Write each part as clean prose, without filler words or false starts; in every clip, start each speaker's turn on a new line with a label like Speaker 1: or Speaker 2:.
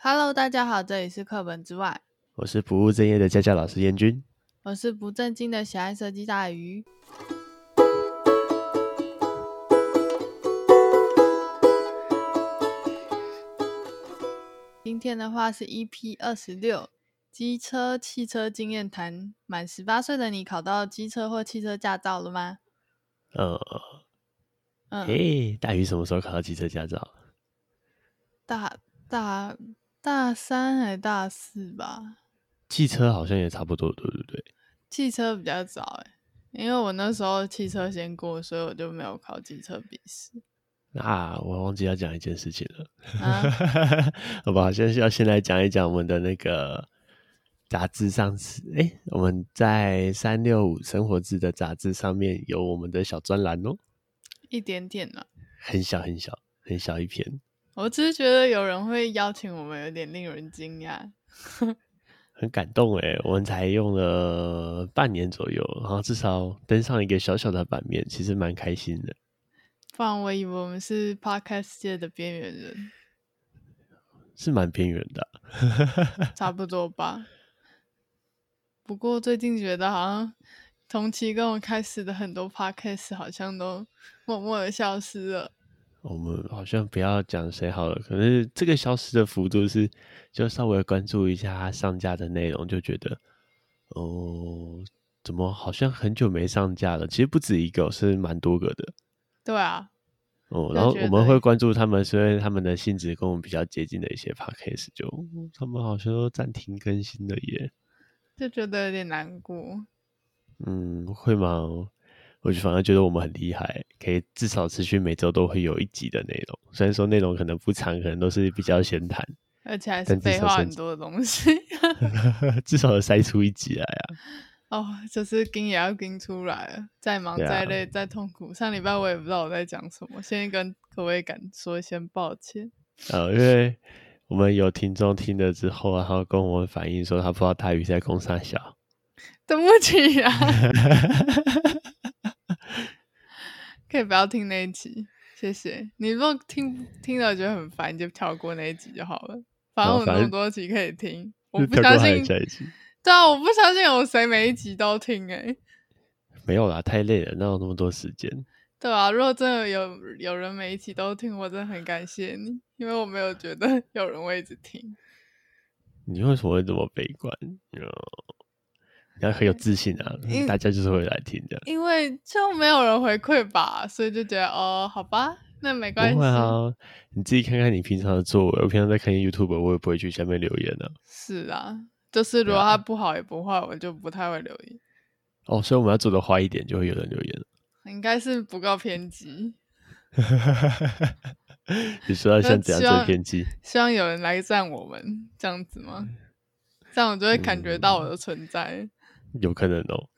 Speaker 1: Hello， 大家好，这里是课本之外，
Speaker 2: 我是不务正业的家教老师燕君，
Speaker 1: 我是不正经的喜爱设计大鱼。今天的话是 EP26，机车汽车经验谈。满18岁的你考到机车或汽车驾照了吗？
Speaker 2: 大鱼什么时候考到机车驾照？
Speaker 1: 大三还大四吧。
Speaker 2: 汽车好像也差不多，对不对？
Speaker 1: 汽车比较早因为我那时候汽车先过，所以我就没有考机车笔试。
Speaker 2: 我忘记要讲一件事情了。好吧，现在要先来讲一讲我们的那个杂志上次，我们在365生活志的杂志上面有我们的小专栏哦，
Speaker 1: 一点点了，
Speaker 2: 很小很小很小一篇。
Speaker 1: 我只是觉得有人会邀请我们，有点令人惊讶。
Speaker 2: 很感动我们才用了半年左右，然后至少登上一个小小的版面，其实蛮开心的。
Speaker 1: 不然我以为我们是 podcast 界的边缘人，
Speaker 2: 是蛮边缘的
Speaker 1: 差不多吧。不过最近觉得好像同期跟我开始的很多 podcast 好像都默默的消失了。
Speaker 2: 我们好像不要讲谁好了，可是这个消失的幅度是就稍微关注一下他上架的内容，就觉得怎么好像很久没上架了。其实不止一个，是蛮多个的。
Speaker 1: 对啊，
Speaker 2: 然后我们会关注他们，所以他们的性质跟我们比较接近的一些 podcast， 就他们好像都暂停更新了耶，
Speaker 1: 就觉得有点难过。
Speaker 2: 会吗？我就反而觉得我们很厉害，可以至少持续每周都会有一集的内容。虽然说内容可能不长，可能都是比较闲谈，
Speaker 1: 而且还是废话很多的东西。
Speaker 2: 至少有筛出一集来
Speaker 1: 就是跟也要跟出来了，再忙再累再痛苦。上礼拜我也不知道我在讲什么，先跟各位说一声抱歉。
Speaker 2: 因为我们有听众听了之后，然后跟我们反映说他不知道大鱼在攻啥小。
Speaker 1: 对不起啊。可以不要听那一集，谢谢你。如果听了觉得很烦，你就跳过那一集就好了。反正我那么多集可以听，我不相信。对啊，我不相信有谁每一集都听
Speaker 2: 没有啦，太累了，哪有那么多时间？
Speaker 1: 对啊，如果真的有人每一集都听，我真的很感谢你，因为我没有觉得有人会一直听。
Speaker 2: 你为什么会这么悲观？你要很有自信啊，大家就是会来听的。
Speaker 1: 因为就没有人回馈吧，所以就觉得好吧，那没关系。
Speaker 2: 不会啊，你自己看看你平常的作为。我平常在看 YouTube， 我也不会去下面留言啊。
Speaker 1: 是啊，就是如果它不好也不坏，我就不太会留言。
Speaker 2: 所以我们要做的坏一点，就会有人留言了。
Speaker 1: 应该是不够偏激。
Speaker 2: 你说要像怎样最偏激？
Speaker 1: 希望有人来赞我们这样子吗？这样我就会感觉到我的存在。
Speaker 2: 有可能哦。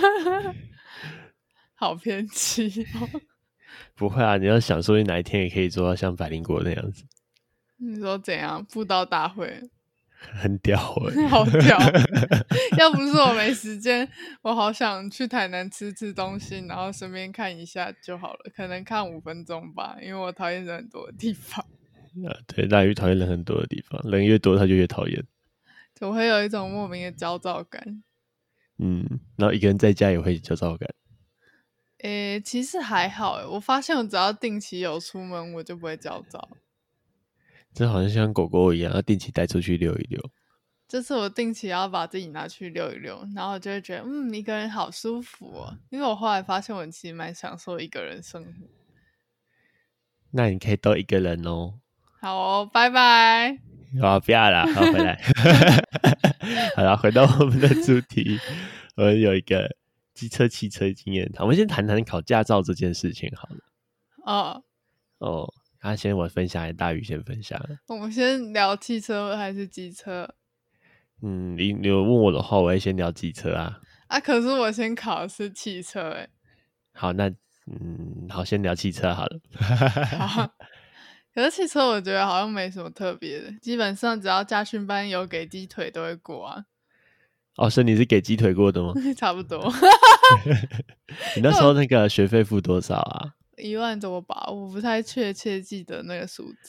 Speaker 1: 好偏激
Speaker 2: 不会啊，你要想说你哪一天也可以做到像百灵果那样子。
Speaker 1: 你说怎样？布道大会
Speaker 2: 很屌
Speaker 1: 好屌。要不是我没时间，我好想去台南吃东西，然后顺便看一下就好了，可能看5分钟吧，因为我讨厌人很多的地方。
Speaker 2: 对，大鱼讨厌人很多的地方，人越多他就越讨厌，
Speaker 1: 我会有一种莫名的焦躁感。
Speaker 2: 然后一个人在家也会焦躁感。
Speaker 1: 其实还好我发现我只要定期有出门，我就不会焦躁。
Speaker 2: 这好像像狗狗一样，要定期带出去遛一遛。
Speaker 1: 就是我定期要把自己拿去遛一遛，然后我就会觉得一个人好舒服因为我后来发现我其实蛮享受一个人生活。
Speaker 2: 那你可以都一个人哦。
Speaker 1: 好拜拜。
Speaker 2: 不要啦，好回来。好啦，回到我们的主题，我们有一个机车汽车经验谈。我们先谈谈考驾照这件事情好了。先我分享，还是大鱼先分享？
Speaker 1: 我们先聊汽车还是机车？
Speaker 2: 你有问我的话，我会先聊机车啊。
Speaker 1: 可是我先考的是汽车
Speaker 2: 好，那好，先聊汽车好了。
Speaker 1: 好，可是汽车我觉得好像没什么特别的，基本上只要驾训班有给鸡腿都会过啊。
Speaker 2: 所以你是给鸡腿过的吗？
Speaker 1: 差不多。
Speaker 2: 你那时候那个学费付多少啊？
Speaker 1: 1万多吧，我不太确切记得那个数字。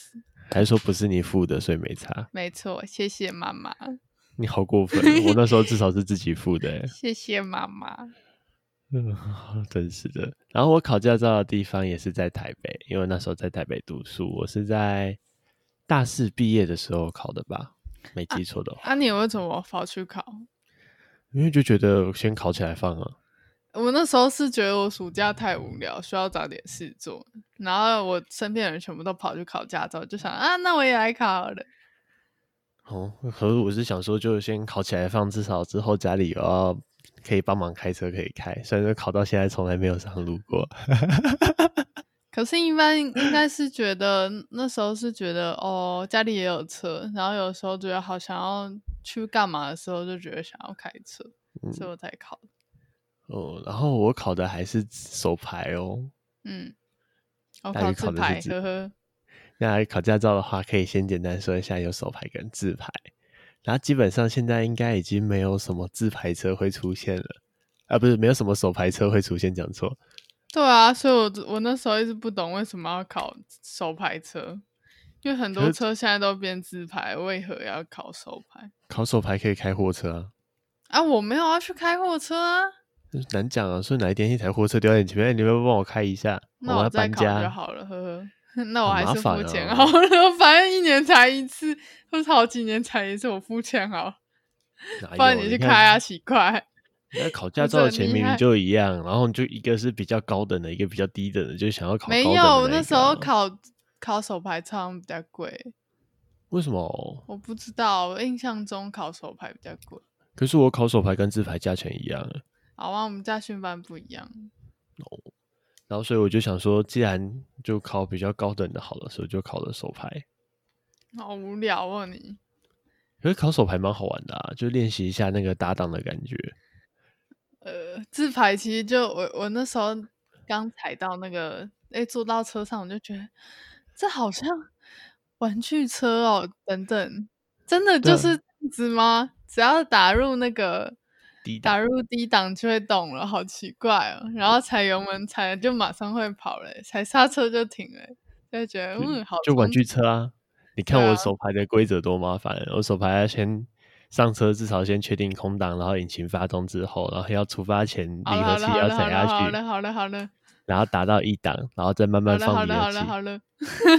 Speaker 2: 还是说不是你付的所以没差？
Speaker 1: 没错，谢谢妈妈。
Speaker 2: 你好过分，我那时候至少是自己付的。
Speaker 1: 谢谢妈妈。
Speaker 2: 真是的。然后我考驾照的地方也是在台北，因为那时候在台北读书，我是在大四毕业的时候考的吧，没记错的话。
Speaker 1: 你为什么跑去考？
Speaker 2: 因为就觉得先考起来放啊。
Speaker 1: 我那时候是觉得我暑假太无聊，需要找点事做，然后我身边的人全部都跑去考驾照，就想那我也来考了。
Speaker 2: 可是我是想说，就先考起来放，至少之后家里有要可以帮忙开车可以开，虽然说考到现在从来没有上路过。
Speaker 1: 可是一般应该是觉得那时候是觉得家里也有车，然后有时候觉得好想要去干嘛的时候就觉得想要开车，所以我才考的。
Speaker 2: 然后我考的还是手牌哦。
Speaker 1: 我考自牌，呵呵。
Speaker 2: 那考驾照的话，可以先简单说一下有手牌跟自牌，然后基本上现在应该已经没有什么自牌车会出现了，不是没有什么手牌车会出现，讲错。
Speaker 1: 对啊，所以我那时候一直不懂为什么要考手牌车，因为很多车现在都变自牌，为何要考手牌？
Speaker 2: 考手牌可以开货车
Speaker 1: 啊！我没有要去开货车啊。
Speaker 2: 难讲啊，所以哪一天一台货车丢在你前面，你要帮我开一下，
Speaker 1: 那
Speaker 2: 我
Speaker 1: 再考就好了，呵呵。那我还是付钱好了，反正一年才一次，或是好几年才一次，我付钱好。不然你去开啊，奇怪。
Speaker 2: 那考驾照的钱明明就一样，然后就一个是比较高等的，一个比较低等的，就想要考高等的。
Speaker 1: 没有，那时候考手牌车比较贵。
Speaker 2: 为什么？
Speaker 1: 我不知道，我印象中考手牌比较贵。
Speaker 2: 可是我考手牌跟自牌价钱一样。
Speaker 1: 好啊，我们驾训班不一样。
Speaker 2: 然后所以我就想说，既然就考比较高等的好了，所以就考了手牌。
Speaker 1: 好无聊哦你。
Speaker 2: 可是考手牌蛮好玩的啊，就练习一下那个搭档的感觉。
Speaker 1: 自牌其实就我那时候刚踩到那个坐到车上，我就觉得这好像玩具车哦，等等，真的就是这样子吗？只要打入那个低档就会动了，好奇怪哦。然后踩油门踩了就马上会跑了，踩刹车就停了，就觉得好
Speaker 2: 就玩具车啊。你看我手牌的规则多麻烦，我手牌要先上车，至少先确定空档，然后引擎发动之后，然后要出发前离合器要踩下去，
Speaker 1: 好了，
Speaker 2: 然后打到1档，然后再慢慢放离合器。
Speaker 1: 好了。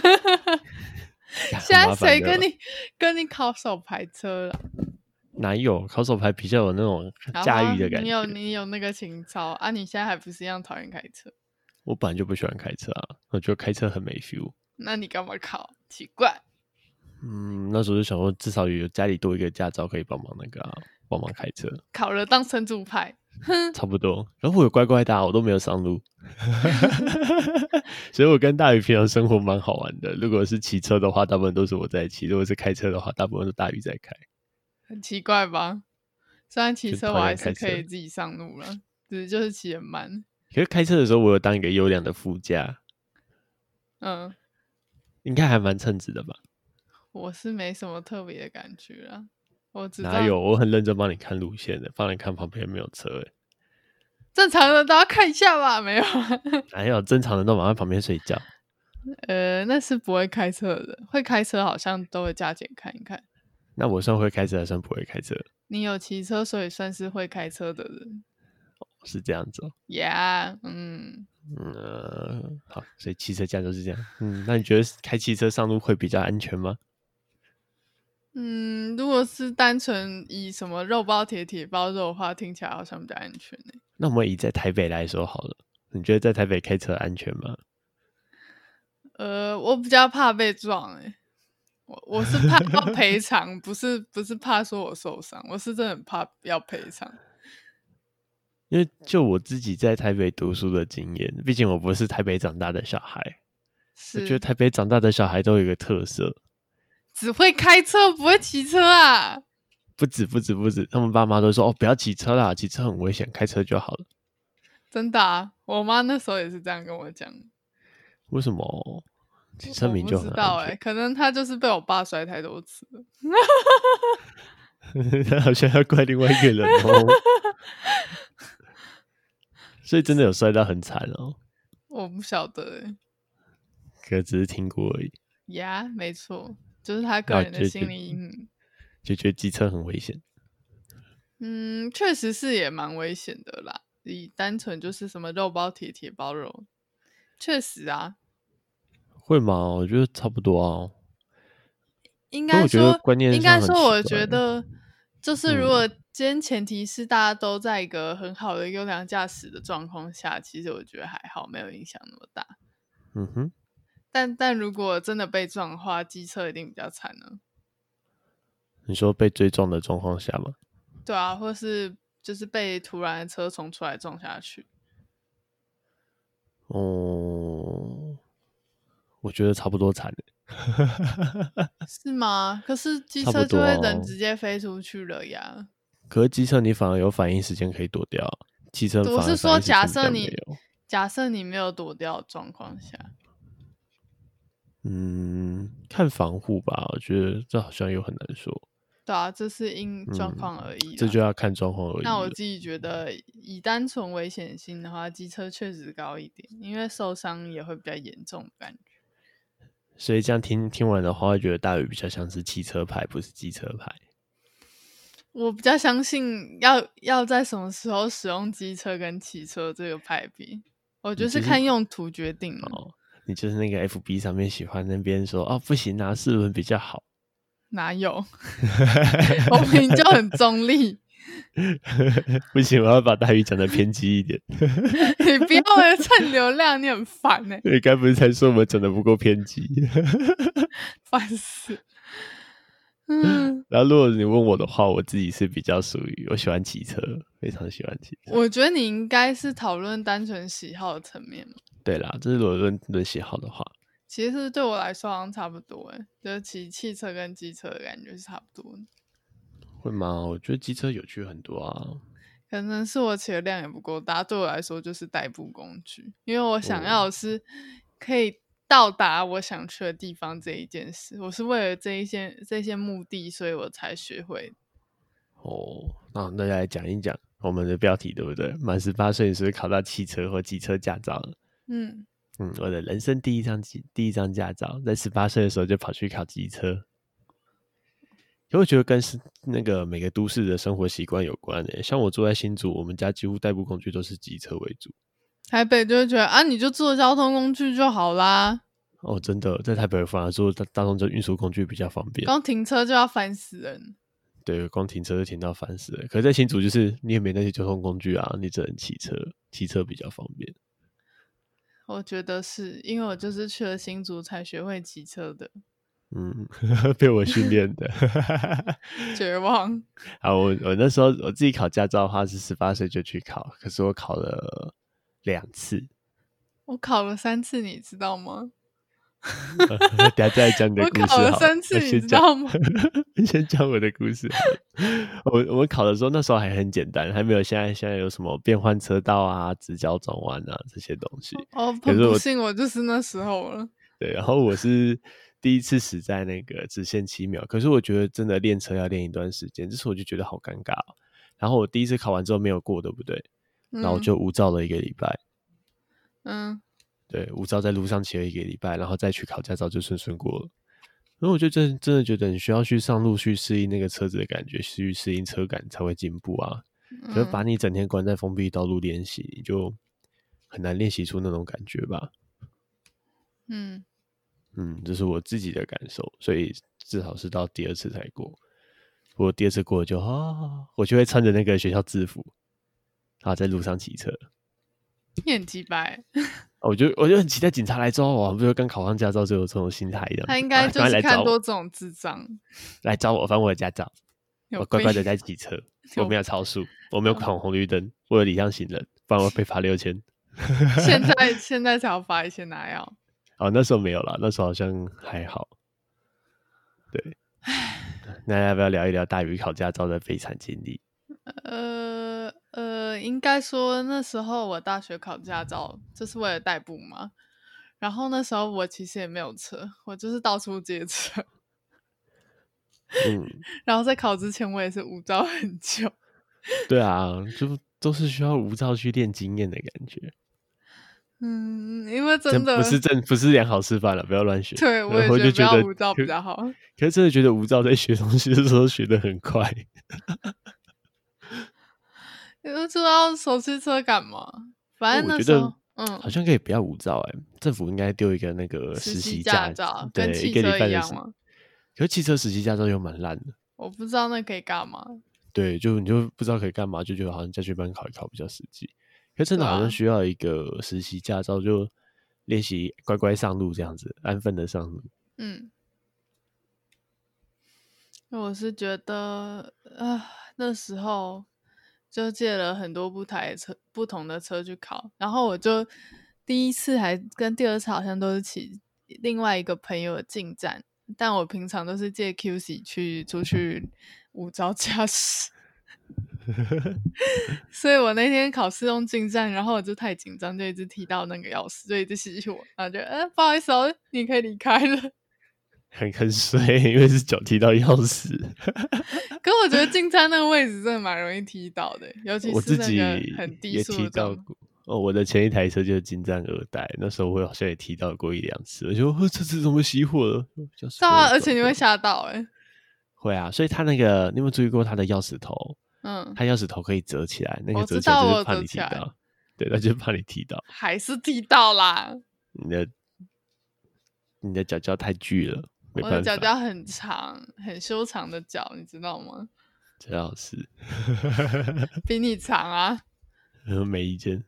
Speaker 1: 现在谁跟你考手牌车了？
Speaker 2: 哪有考手牌比较有那种驾驭的感觉？
Speaker 1: 你有那个情操啊？你现在还不是一样讨厌开车？
Speaker 2: 我本来就不喜欢开车啊，我觉得开车很没 feel。
Speaker 1: 那你干嘛考？奇怪。
Speaker 2: 那时候就想说，至少有家里多一个驾照可以帮忙帮忙开车。
Speaker 1: 考了当神主牌，
Speaker 2: 差不多。然后我有乖乖搭，我都没有上路，所以我跟大鱼平常生活蛮好玩的。如果是骑车的话，大部分都是我在骑；如果是开车的话，大部分都大鱼在开。
Speaker 1: 很奇怪吧？虽然骑车我还是可以自己上路了，只是就是骑很慢。
Speaker 2: 可是开车的时候，我有当一个优良的副驾，应该还蛮称职的吧？
Speaker 1: 我是没什么特别的感觉啦，我知道
Speaker 2: 哪有？我很认真帮你看路线的，帮你看旁边没有车。
Speaker 1: 正常的都要看一下吧？没有，
Speaker 2: 哪有正常人都马上旁边睡觉？
Speaker 1: 那是不会开车的，会开车好像都会加减看一看。
Speaker 2: 那我算会开车还算不会开车？
Speaker 1: 你有骑车，所以算是会开车的人。
Speaker 2: 是这样子哦。
Speaker 1: Yeah，
Speaker 2: 好，所以汽车驾照是这样。那你觉得开汽车上路会比较安全吗？
Speaker 1: 如果是单纯以什么肉包铁包肉的话，听起来好像比较安全欸。
Speaker 2: 那我们以在台北来说好了，你觉得在台北开车安全吗？
Speaker 1: 我比较怕被撞欸。我是怕要赔偿，不是怕说我受伤，我是真的很怕要赔偿。
Speaker 2: 因为就我自己在台北读书的经验，毕竟我不是台北长大的小孩，我觉得台北长大的小孩都有一个特色，
Speaker 1: 只会开车不会骑车啊。
Speaker 2: 不止，他们爸妈都说不要骑车啦，骑车很危险，开车就好了。
Speaker 1: 真的啊，我妈那时候也是这样跟我讲。
Speaker 2: 为什么？骑车名就很安全？
Speaker 1: 我不知道可能他就是被我爸摔太多次了。
Speaker 2: 他好像要怪另外一个人哦。所以真的有摔到很惨哦。
Speaker 1: 我不晓得
Speaker 2: 可只是听过而已。
Speaker 1: 呀，没错，就是他个人的心理阴影，
Speaker 2: 就觉得机车很危险。
Speaker 1: 确实是也蛮危险的啦。以单纯就是什么肉包铁，铁包肉，确实啊。
Speaker 2: 会吗？我觉得差不多啊。
Speaker 1: 应该说，我
Speaker 2: 觉
Speaker 1: 得就是如果今天前提是大家都在一个很好的优良驾驶的状况下，其实我觉得还好，没有影响那么大。但如果真的被撞的话，机车一定比较惨呢。
Speaker 2: 你说被追撞的状况下吗？
Speaker 1: 对啊，或是就是被突然的车冲出来撞下去。
Speaker 2: 我觉得差不多惨
Speaker 1: 了。是吗？可是机车就会人直接飞出去了呀。
Speaker 2: 可是机车你反而有反应时间可以躲掉，汽车反而
Speaker 1: 我是说假设
Speaker 2: 你
Speaker 1: 没有躲掉的状况下，
Speaker 2: 看防护吧，我觉得这好像又很难说。
Speaker 1: 对啊，这是因状况而异，
Speaker 2: 这就要看状况而已。
Speaker 1: 那我自己觉得，以单纯危险性的话，机车确实高一点，因为受伤也会比较严重的感觉。
Speaker 2: 所以这样听完的话，会觉得大宇比较像是汽车牌，不是机车牌。
Speaker 1: 我比较相信要在什么时候使用机车跟汽车这个派别，我觉得是看用途决定的。
Speaker 2: 你就是那个 FB 上面喜欢那边说不行，拿4轮比较好。
Speaker 1: 哪有？我明就很中立。
Speaker 2: 不行，我要把大宇讲的偏激一点。
Speaker 1: 你不要为了蹭流量，你很烦欸。
Speaker 2: 你该不是才说我们讲的不够偏激？
Speaker 1: 烦死。
Speaker 2: 然后如果你问我的话，我自己是比较属于我喜欢骑车，非常喜欢骑车。
Speaker 1: 我觉得你应该是讨论单纯喜好的层面嘛。
Speaker 2: 对啦，这是我论喜好的话。
Speaker 1: 其实对我来说好像差不多就是骑汽车跟机车的感觉是差不多的。
Speaker 2: 会吗？我觉得机车有趣很多啊。
Speaker 1: 可能是我骑的量也不够大，对我来说就是代步工具，因为我想要的是可以到达我想去的地方这一件事，我是为了这些目的，所以我才学会。
Speaker 2: 那大家来讲一讲我们的标题对不对？满18岁是不是考到汽车或机车驾照了？我的人生第一张驾照，在18岁的时候就跑去考机车。我觉得跟那个每个都市的生活习惯有关像我住在新竹，我们家几乎代步工具都是机车为主。
Speaker 1: 台北就会觉得你就坐交通工具就好啦。
Speaker 2: 真的，在台北反而坐大众运输工具比较方便，
Speaker 1: 光停车就要烦死人。
Speaker 2: 对，光停车就停到烦死人。可是在新竹就是你也没那些交通工具啊，你只能骑车，骑车比较方便。
Speaker 1: 我觉得是因为我就是去了新竹才学会骑车的。
Speaker 2: 被我训练的。
Speaker 1: 绝望。
Speaker 2: 我那时候我自己考驾照的话是18岁就去考，可是我考了2次。
Speaker 1: 我考了3次，你知道吗？
Speaker 2: 等下再讲你的故事。
Speaker 1: 我考了3次，你知道吗？
Speaker 2: 先讲我的故事好了。我们考的时候，那时候还很简单，还没有现在有什么变换车道啊、直角转弯啊这些东西。
Speaker 1: 很不幸，我就是那时候了。
Speaker 2: 对，然后我是第一次死在那个直线7秒，可是我觉得真的练车要练一段时间，这时候我就觉得好尴尬然后我第一次考完之后没有过，对不对？然后我就无照了1个礼拜。对，无照在路上骑了1个礼拜，然后再去考驾照就顺过了。然后我就真的觉得你需要去上路去适应那个车子的感觉，去适应车感才会进步啊。可是把你整天关在封闭道路练习，你就很难练习出那种感觉吧。这是我自己的感受，所以至少是到第2次才过。不过第2次过了就我就会穿着那个学校制服，然后在路上骑车。
Speaker 1: 你很鸡掰。
Speaker 2: 我就很期待警察来抓我，不就跟考上驾照就有这种心态一样。
Speaker 1: 他应该就是看多这种智障
Speaker 2: 来找我翻我的驾照，我乖乖的在骑车，我没有超速，我没有闯红绿灯，我有礼让行人，不然我被罚6000。
Speaker 1: 现在才要罚1000，哪要？
Speaker 2: 那时候没有啦，那时候好像还好。对，那要不要聊一聊大宇考驾照的悲惨经历？
Speaker 1: 应该说那时候我大学考驾照就是为了代步嘛，然后那时候我其实也没有车，我就是到处借车。然后在考之前我也是无照很久。
Speaker 2: 对啊，就都是需要无照去练经验的感觉。
Speaker 1: 因为真的
Speaker 2: 不是良好示范了，不要乱学。
Speaker 1: 对，我也觉得不要无照比较好。
Speaker 2: 可是真的觉得无照在学东西的时候学得很快。
Speaker 1: 你都知道手机车干嘛？反正那时候
Speaker 2: 好像可以不要无照政府应该丢一个那个实习
Speaker 1: 驾照，
Speaker 2: 对，
Speaker 1: 跟汽车一样吗？
Speaker 2: 可是汽车实习驾照又蛮烂的，
Speaker 1: 我不知道那可以干嘛。
Speaker 2: 对，你就不知道可以干嘛，就觉得好像驾训班考一考比较实际。可是真的好像需要一个实习驾照，就练习乖乖上路这样子，安分的上路。
Speaker 1: 我是觉得那时候就借了很多不同的车去考，然后我就第一次还跟第二次好像都是骑另外一个朋友的进站，但我平常都是借 QC 出去无照驾驶。所以我那天考试用进站，然后我就太紧张，就一直踢到那个钥匙，就一直洗我，然后就不好意思哦，你可以离开了。
Speaker 2: 很衰，因为是脚踢到钥匙。
Speaker 1: 可我觉得进站那个位置真的蛮容易踢到的，尤其是那个很低速的。
Speaker 2: 我自己也踢到过。我的前一台车就是进站2代，那时候我好像也踢到过1-2次，我就这次怎么熄火了？
Speaker 1: 对啊，而且你会吓到
Speaker 2: 会啊，所以他那个你有没有注意过他的钥匙头？他钥匙头可以折起来，那个折起来就是怕你踢到。对，他就是怕你踢到。
Speaker 1: 还是踢到啦！
Speaker 2: 你的脚脚太巨了。
Speaker 1: 我的脚脚很长，很修长的脚，你知道吗？
Speaker 2: 最好是
Speaker 1: 比你长啊。
Speaker 2: 没意见。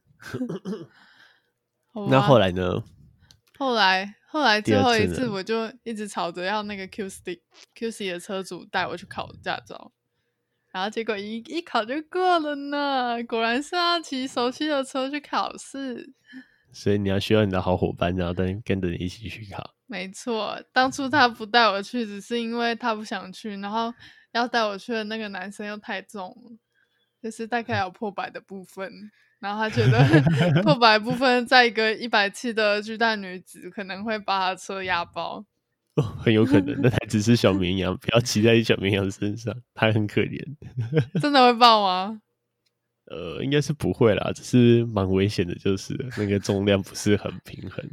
Speaker 2: 那后来呢？
Speaker 1: 后来最后一次我就一直吵着要那个 QC 的车主带我去考驾照，然后结果一考就过了呢。果然是要骑熟悉的车去考试，
Speaker 2: 所以你要需要你的好伙伴，然后跟着你一起去考。
Speaker 1: 没错，当初他不带我去，只是因为他不想去，然后要带我去的那个男生又太重了，就是大概有破百的部分，然后他觉得破百部分在一个170的巨蛋女子可能会把他车压爆。
Speaker 2: 很有可能，那台只是小绵羊，不要骑在小绵羊身上，它很可怜。
Speaker 1: 真的会爆吗？
Speaker 2: 应该是不会啦，只是蛮危险的，就是那个重量不是很平衡。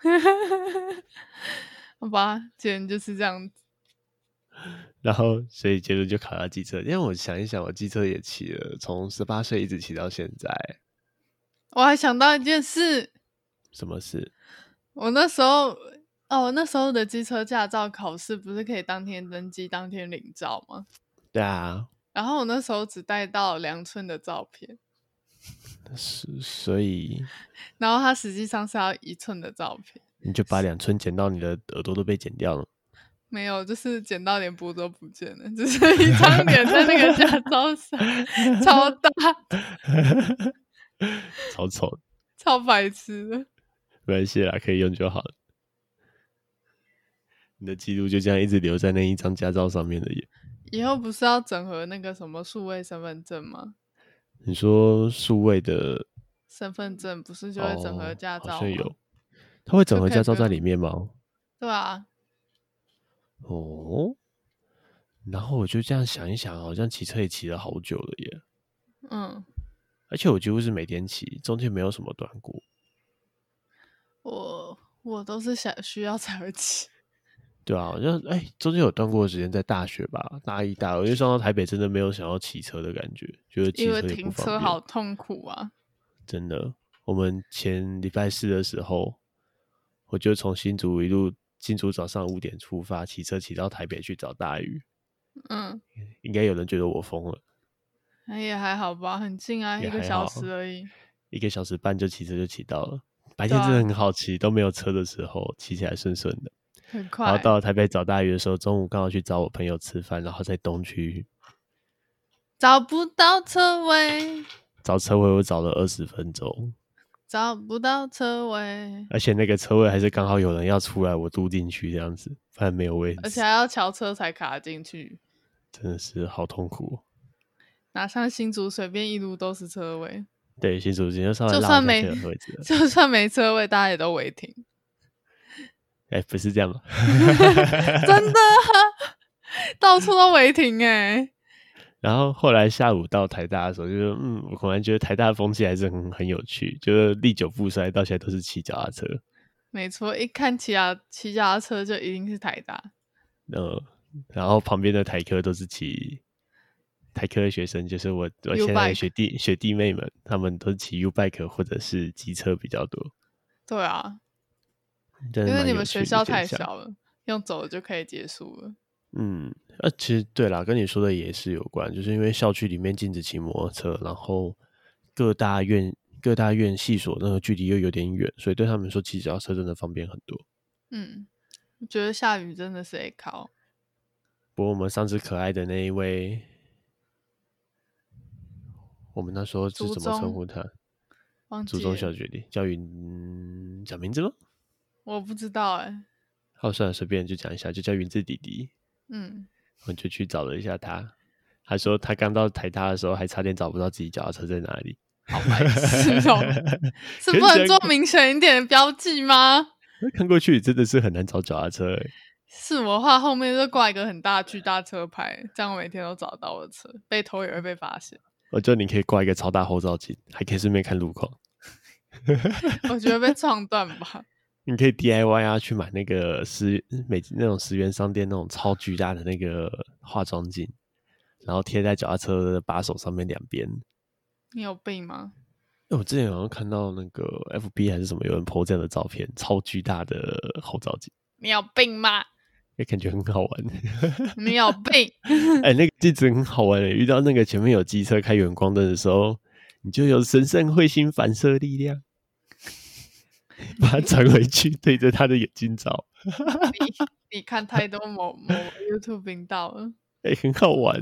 Speaker 1: 好吧，结论就是这样子。
Speaker 2: 然后，所以结论就考到机车。因为我想一想，我机车也骑了，从18岁一直骑到现在。
Speaker 1: 我还想到一件事。
Speaker 2: 什么事？
Speaker 1: 我那时候的机车驾照考试不是可以当天登记、当天领照吗？
Speaker 2: 对啊。
Speaker 1: 然后我那时候只带到2寸的照片，
Speaker 2: 所以，
Speaker 1: 然后它实际上是要1寸的照片，
Speaker 2: 你就把2寸剪到你的耳朵都被剪掉了。
Speaker 1: 没有，就是剪到连脖都不见了，只是一张脸在那个驾照上，超大，
Speaker 2: 超丑，
Speaker 1: 超白痴的。
Speaker 2: 没关系啦，可以用就好了。你的记录就这样一直留在那一张驾照上面的耶。
Speaker 1: 以后不是要整合那个什么数位身份证吗？
Speaker 2: 你说数位的
Speaker 1: 身份证不是就会整合驾照吗？
Speaker 2: 好像有，它会整合驾照在里面吗？
Speaker 1: 对啊。
Speaker 2: 然后我就这样想一想，好像骑车也骑了好久了耶。而且我几乎是每天骑，中间没有什么断过。
Speaker 1: 我都是需要才会骑。
Speaker 2: 对啊，好像中间有断过的时间在大学吧，大1、大2，因为上到台北真的没有想要骑车的感觉，觉得骑车也不方便，
Speaker 1: 因为停车好痛苦啊。
Speaker 2: 真的，我们前礼拜4的时候，我就从新竹早上5点出发，骑车骑到台北去找大鱼。应该有人觉得我疯了。
Speaker 1: 也还好吧，很近啊，1个小时而已
Speaker 2: ，1个小时半就骑车就骑到了。白天真的很好骑，都没有车的时候，骑起来顺顺的。
Speaker 1: 很快。
Speaker 2: 然后到了台北找大鱼的时候，中午刚好去找我朋友吃饭，然后在东区
Speaker 1: 找不到车位，
Speaker 2: 找车位我找了20分钟，
Speaker 1: 找不到车位，
Speaker 2: 而且那个车位还是刚好有人要出来，我嘟进去这样子，不然没有位置，
Speaker 1: 而且还要桥车才卡进去，
Speaker 2: 真的是好痛苦。
Speaker 1: 哪像新竹随便一路都是车位，
Speaker 2: 对，新竹就稍微拉一下位置，
Speaker 1: 就算没车位，大家也都违停。
Speaker 2: 不是这样吗？
Speaker 1: 真的到处都违停
Speaker 2: 然后后来下午到台大的时候，就是我忽然觉得台大的风气还是很有趣，就是历久不衰，到现在都是骑脚踏车。
Speaker 1: 没错，一看骑脚踏车就一定是台大。
Speaker 2: 然后旁边的台科都是骑台科的学生，就是我现在的学弟妹们，他们都是骑 U-Bike 或者是机车比较多。
Speaker 1: 对啊，因为你们学校太小了，用走的就可以结束了。
Speaker 2: 其实对啦，跟你说的也是有关，就是因为校区里面禁止骑摩托车，然后各大院系所那个距离又有点远，所以对他们说骑脚踏车真的方便很多。
Speaker 1: 我觉得下雨真的是会考。
Speaker 2: 不过我们上次可爱的那一位，我们那时候是怎么称呼他？祖宗小学弟叫云，讲名字吗？
Speaker 1: 我不知道
Speaker 2: 好，算了，随便就讲一下，就叫云志弟弟。我就去找了一下他，他说他刚到台大的时候还差点找不到自己脚踏车在哪里。
Speaker 1: 好白痴哦！是不能做明显一点的标记吗？
Speaker 2: 看过去真的是很难找脚踏车
Speaker 1: 是我的话，后面就挂一个很大巨大车牌，这样我每天都找到我的车，被偷也会被发现。
Speaker 2: 我觉得你可以挂一个超大后照镜，还可以顺便看路况。
Speaker 1: 我觉得被撞断吧。
Speaker 2: 你可以 DIY 啊，去买那个那种10元商店那种超巨大的那个化妆镜，然后贴在脚踏车的把手上面两边。
Speaker 1: 你有病吗？
Speaker 2: 我之前好像看到那个 FB 还是什么有人 po 这样的照片，超巨大的后照镜。
Speaker 1: 你有病吗？
Speaker 2: 感觉很好玩。
Speaker 1: 你有病。
Speaker 2: 那个镜子很好玩遇到那个前面有机车开远光灯的时候，你就有神圣彗星反射力量，把它转回去，对着他的眼睛照。
Speaker 1: 你看太多某 YouTube 频道了。
Speaker 2: 很好玩。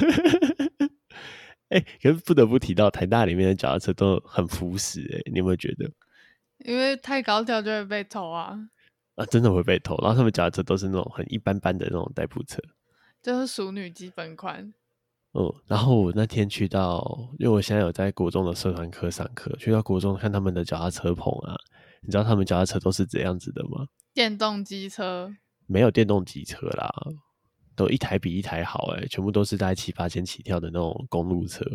Speaker 2: 可是不得不提到台大里面的脚踏车都很朴实你有没有觉得？
Speaker 1: 因为太高调就会被偷啊。
Speaker 2: 真的会被偷，然后他们脚踏车都是那种很一般般的那种代步车，
Speaker 1: 就是淑女基本款。
Speaker 2: 然后我那天去到，因为我现在有在国中的社团课上课，去到国中看他们的脚踏车棚啊，你知道他们脚踏车都是怎样子的吗？
Speaker 1: 电动机车？
Speaker 2: 没有电动机车啦，都一台比一台好全部都是大概7、8千起跳的那种公路车。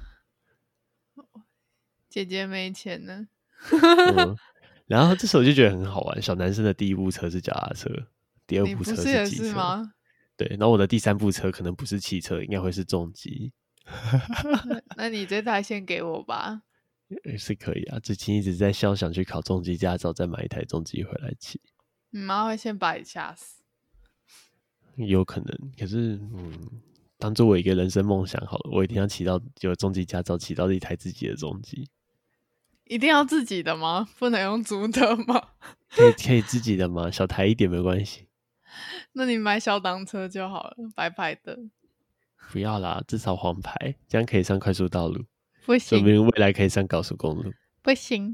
Speaker 1: 姐姐没钱呢。
Speaker 2: 然后这时候就觉得很好玩，小男生的第一部车是脚踏车，第二部车是机车。
Speaker 1: 你不是也是吗？
Speaker 2: 对，然后我的第3部车可能不是汽车，应该会是重机。
Speaker 1: 那你这台先给我吧。
Speaker 2: 是可以啊，最近一直在笑想去考重机驾照，再买一台重机回来骑。
Speaker 1: 你妈会先把你吓死。
Speaker 2: 有可能，可是当作我一个人生梦想好了，我一定要骑到有重机驾照，骑到一台自己的重机。
Speaker 1: 一定要自己的吗？不能用租的吗？
Speaker 2: 可以自己的吗？小台一点没关系。
Speaker 1: 那你买小挡车就好了，白牌的。
Speaker 2: 不要啦，至少黄牌，这样可以上快速道路。
Speaker 1: 不行，
Speaker 2: 说明未来可以上高速公路。
Speaker 1: 不行。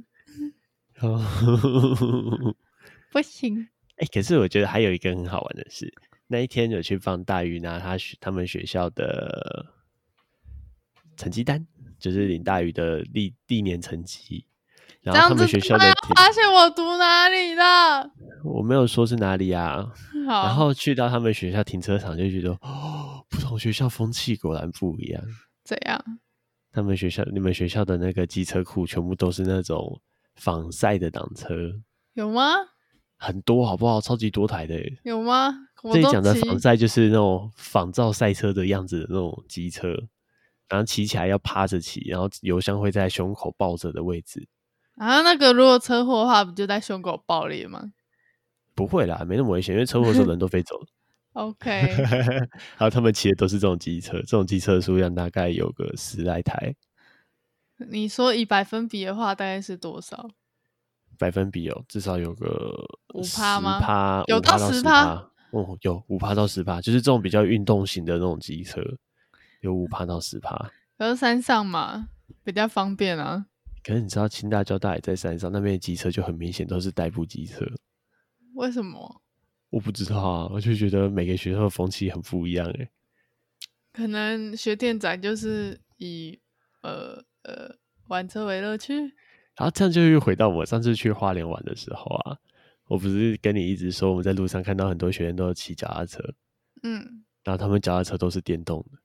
Speaker 1: 不行。
Speaker 2: 可是我觉得还有一个很好玩的事，那一天有去帮大鱼拿他们学校的成绩单，就是领大鱼的历年成绩。然后他们学校的
Speaker 1: 发现我读哪里了？
Speaker 2: 我没有说是哪里啊。
Speaker 1: 然
Speaker 2: 后去到他们学校停车场就觉得不同学校风气果然不一样。
Speaker 1: 怎样？
Speaker 2: 你们学校的那个机车库全部都是那种仿赛的挡车。
Speaker 1: 有吗？
Speaker 2: 很多好不好？超级多台的。
Speaker 1: 有吗？
Speaker 2: 这里讲的仿赛就是那种仿造赛车的样子的那种机车，然后骑起来要趴着骑，然后油箱会在胸口抱着的位置。
Speaker 1: 那个如果车祸的话，不就在胸口爆裂吗？
Speaker 2: 不会啦，没那么危险，因为车祸的时候人都飞走了。
Speaker 1: OK。
Speaker 2: 然后他们骑的都是这种机车，这种机车的数量大概有个10来台。
Speaker 1: 你说以百分比的话，大概是多少？
Speaker 2: 百分比至少有个
Speaker 1: 5%吗
Speaker 2: ？10%，
Speaker 1: 有到10%？
Speaker 2: 有5%到10%，就是这种比较运动型的那种机车，有5%到10%。
Speaker 1: 可是山上嘛，比较方便啊。
Speaker 2: 可是你知道清大交大也在山上，那边的机车就很明显都是代步机车。
Speaker 1: 为什么？
Speaker 2: 我不知道啊，我就觉得每个学校的风气很不一样
Speaker 1: 可能学电仔就是以玩车为乐趣。
Speaker 2: 然后这样就又回到我上次去花莲玩的时候啊，我不是跟你一直说我们在路上看到很多学生都骑脚踏车，
Speaker 1: 然
Speaker 2: 后他们脚踏车都是电动的。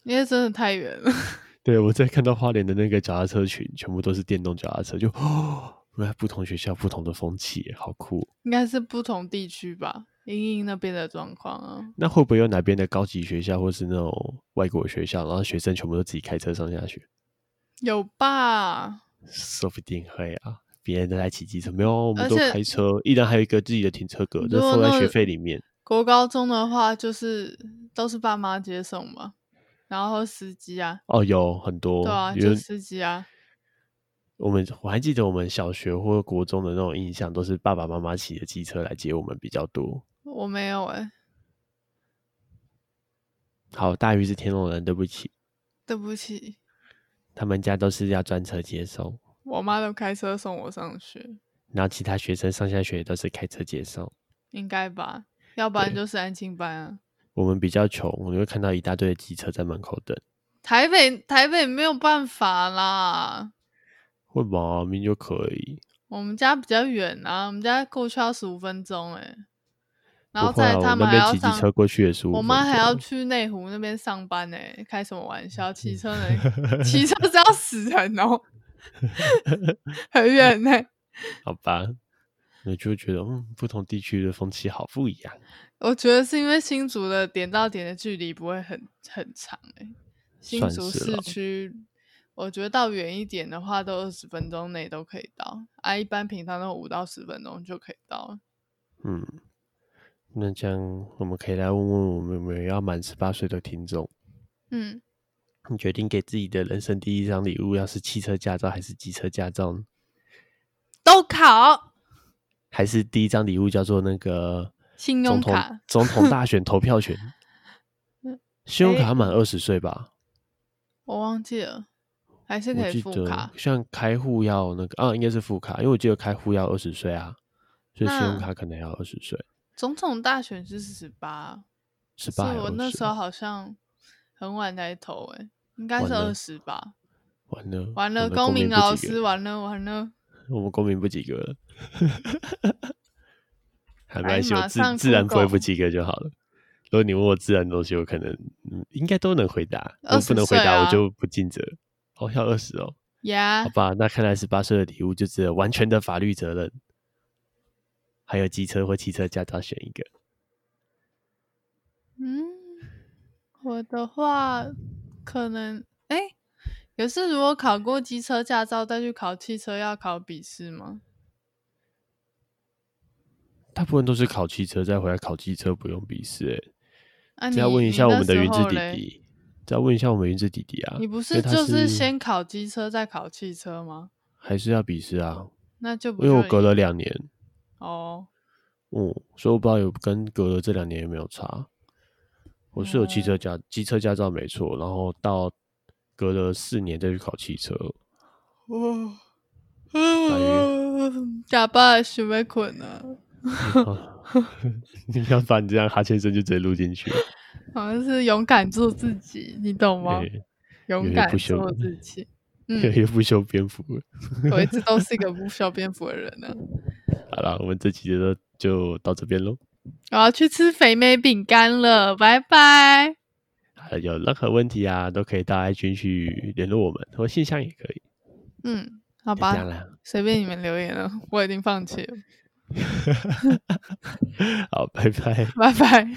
Speaker 1: 因为真的太远了。
Speaker 2: 对，我在看到花莲的那个脚踏车群，全部都是电动脚踏车，就原来不同学校不同的风气，好酷。
Speaker 1: 应该是不同地区吧，因应那边的状况啊。
Speaker 2: 那会不会有哪边的高级学校或是那种外国学校，然后学生全部都自己开车上下学？
Speaker 1: 有吧？
Speaker 2: 说不定会啊，别人都在骑机车，没有，我们都开车，一人还有一个自己的停车格，就付在学费里面。
Speaker 1: 国高中的话，就是都是爸妈接送嘛，然后司机啊。
Speaker 2: 哦，有很多。
Speaker 1: 对啊，就司机啊。
Speaker 2: 我还记得我们小学或国中的那种印象，都是爸爸妈妈骑着机车来接我们比较多。
Speaker 1: 我没有
Speaker 2: 好，大鱼是天龙人，对不起。
Speaker 1: 对不起。
Speaker 2: 他们家都是要专车接送，
Speaker 1: 我妈都开车送我上学，
Speaker 2: 然后其他学生上下学都是开车接送，
Speaker 1: 应该吧？要不然就是安亲班啊。
Speaker 2: 我们比较穷，你会看到一大堆的机车在门口等。
Speaker 1: 台北没有办法啦。
Speaker 2: 会吗？明明就可以。
Speaker 1: 我们家比较远啊，我们家过去要15分钟然后再他们还要
Speaker 2: 骑机车过去也15分钟。
Speaker 1: 我妈还要去内湖那边上班开什么玩笑？骑车骑车是要死人哦，很远
Speaker 2: 好吧，我就觉得不同地区的风气好不一样。
Speaker 1: 我觉得是因为新竹的点到点的距离不会很长新竹市区我觉得到远一点的话都20分钟内都可以到一般平常都5到10分钟就可以到了。
Speaker 2: 那这样我们可以来问问我们有没有要满18岁的听众。你决定给自己的人生第一张礼物要是汽车驾照还是机车驾照呢？
Speaker 1: 都考。
Speaker 2: 还是第一张礼物叫做那个
Speaker 1: 信用卡
Speaker 2: 总统大选投票权？信用卡满20岁吧？
Speaker 1: 我忘记了，还是可以副卡。
Speaker 2: 像开户要那个应该是副卡，因为我记得开户要20岁啊，所以信用卡可能要20岁。
Speaker 1: 总统大选是18还是我那时候好像很晚才投应该是20吧。完了，公民老师完了。
Speaker 2: 我们公民不及格了。没关系，我自然不会不及格就好了。如果你问我自然的东西，我可能应该都能回答。如果不能回答，我就不尽责。要20哦。
Speaker 1: 好
Speaker 2: 吧，那看来18岁的礼物就只有完全的法律责任，还有机车或汽车驾照选一个。
Speaker 1: 我的话可能可是如果考过机车驾照再去考汽车要考笔试吗？
Speaker 2: 大部分都是考汽车再回来考机车，不用笔试这要问一下我们的云之弟弟。这要问一下我们云之弟弟啊。
Speaker 1: 你不是就是先考机车再考汽车吗？
Speaker 2: 还是要笔试啊？
Speaker 1: 那就不
Speaker 2: 因为我隔了2年。所以我不知道有跟隔了这2年有没有差。我是有机车驾照没错，然后到隔了4年再去考汽车。
Speaker 1: 假爸想要困啊。
Speaker 2: 你要把你这样哈欠声就直接录进去。
Speaker 1: 好像是勇敢做自己，你懂吗？勇敢做自己。
Speaker 2: 也不修边幅了。
Speaker 1: 我一直都是一个不修边幅的人呢。
Speaker 2: 好了，我们这期就到这边咯。
Speaker 1: 我要去吃肥美饼干了，拜拜。
Speaker 2: 有任何问题啊，都可以到 IG 去联络我们，或信箱也可以。
Speaker 1: 好吧，随便你们留言了，我已经放弃了。
Speaker 2: 好，拜拜，
Speaker 1: 拜拜。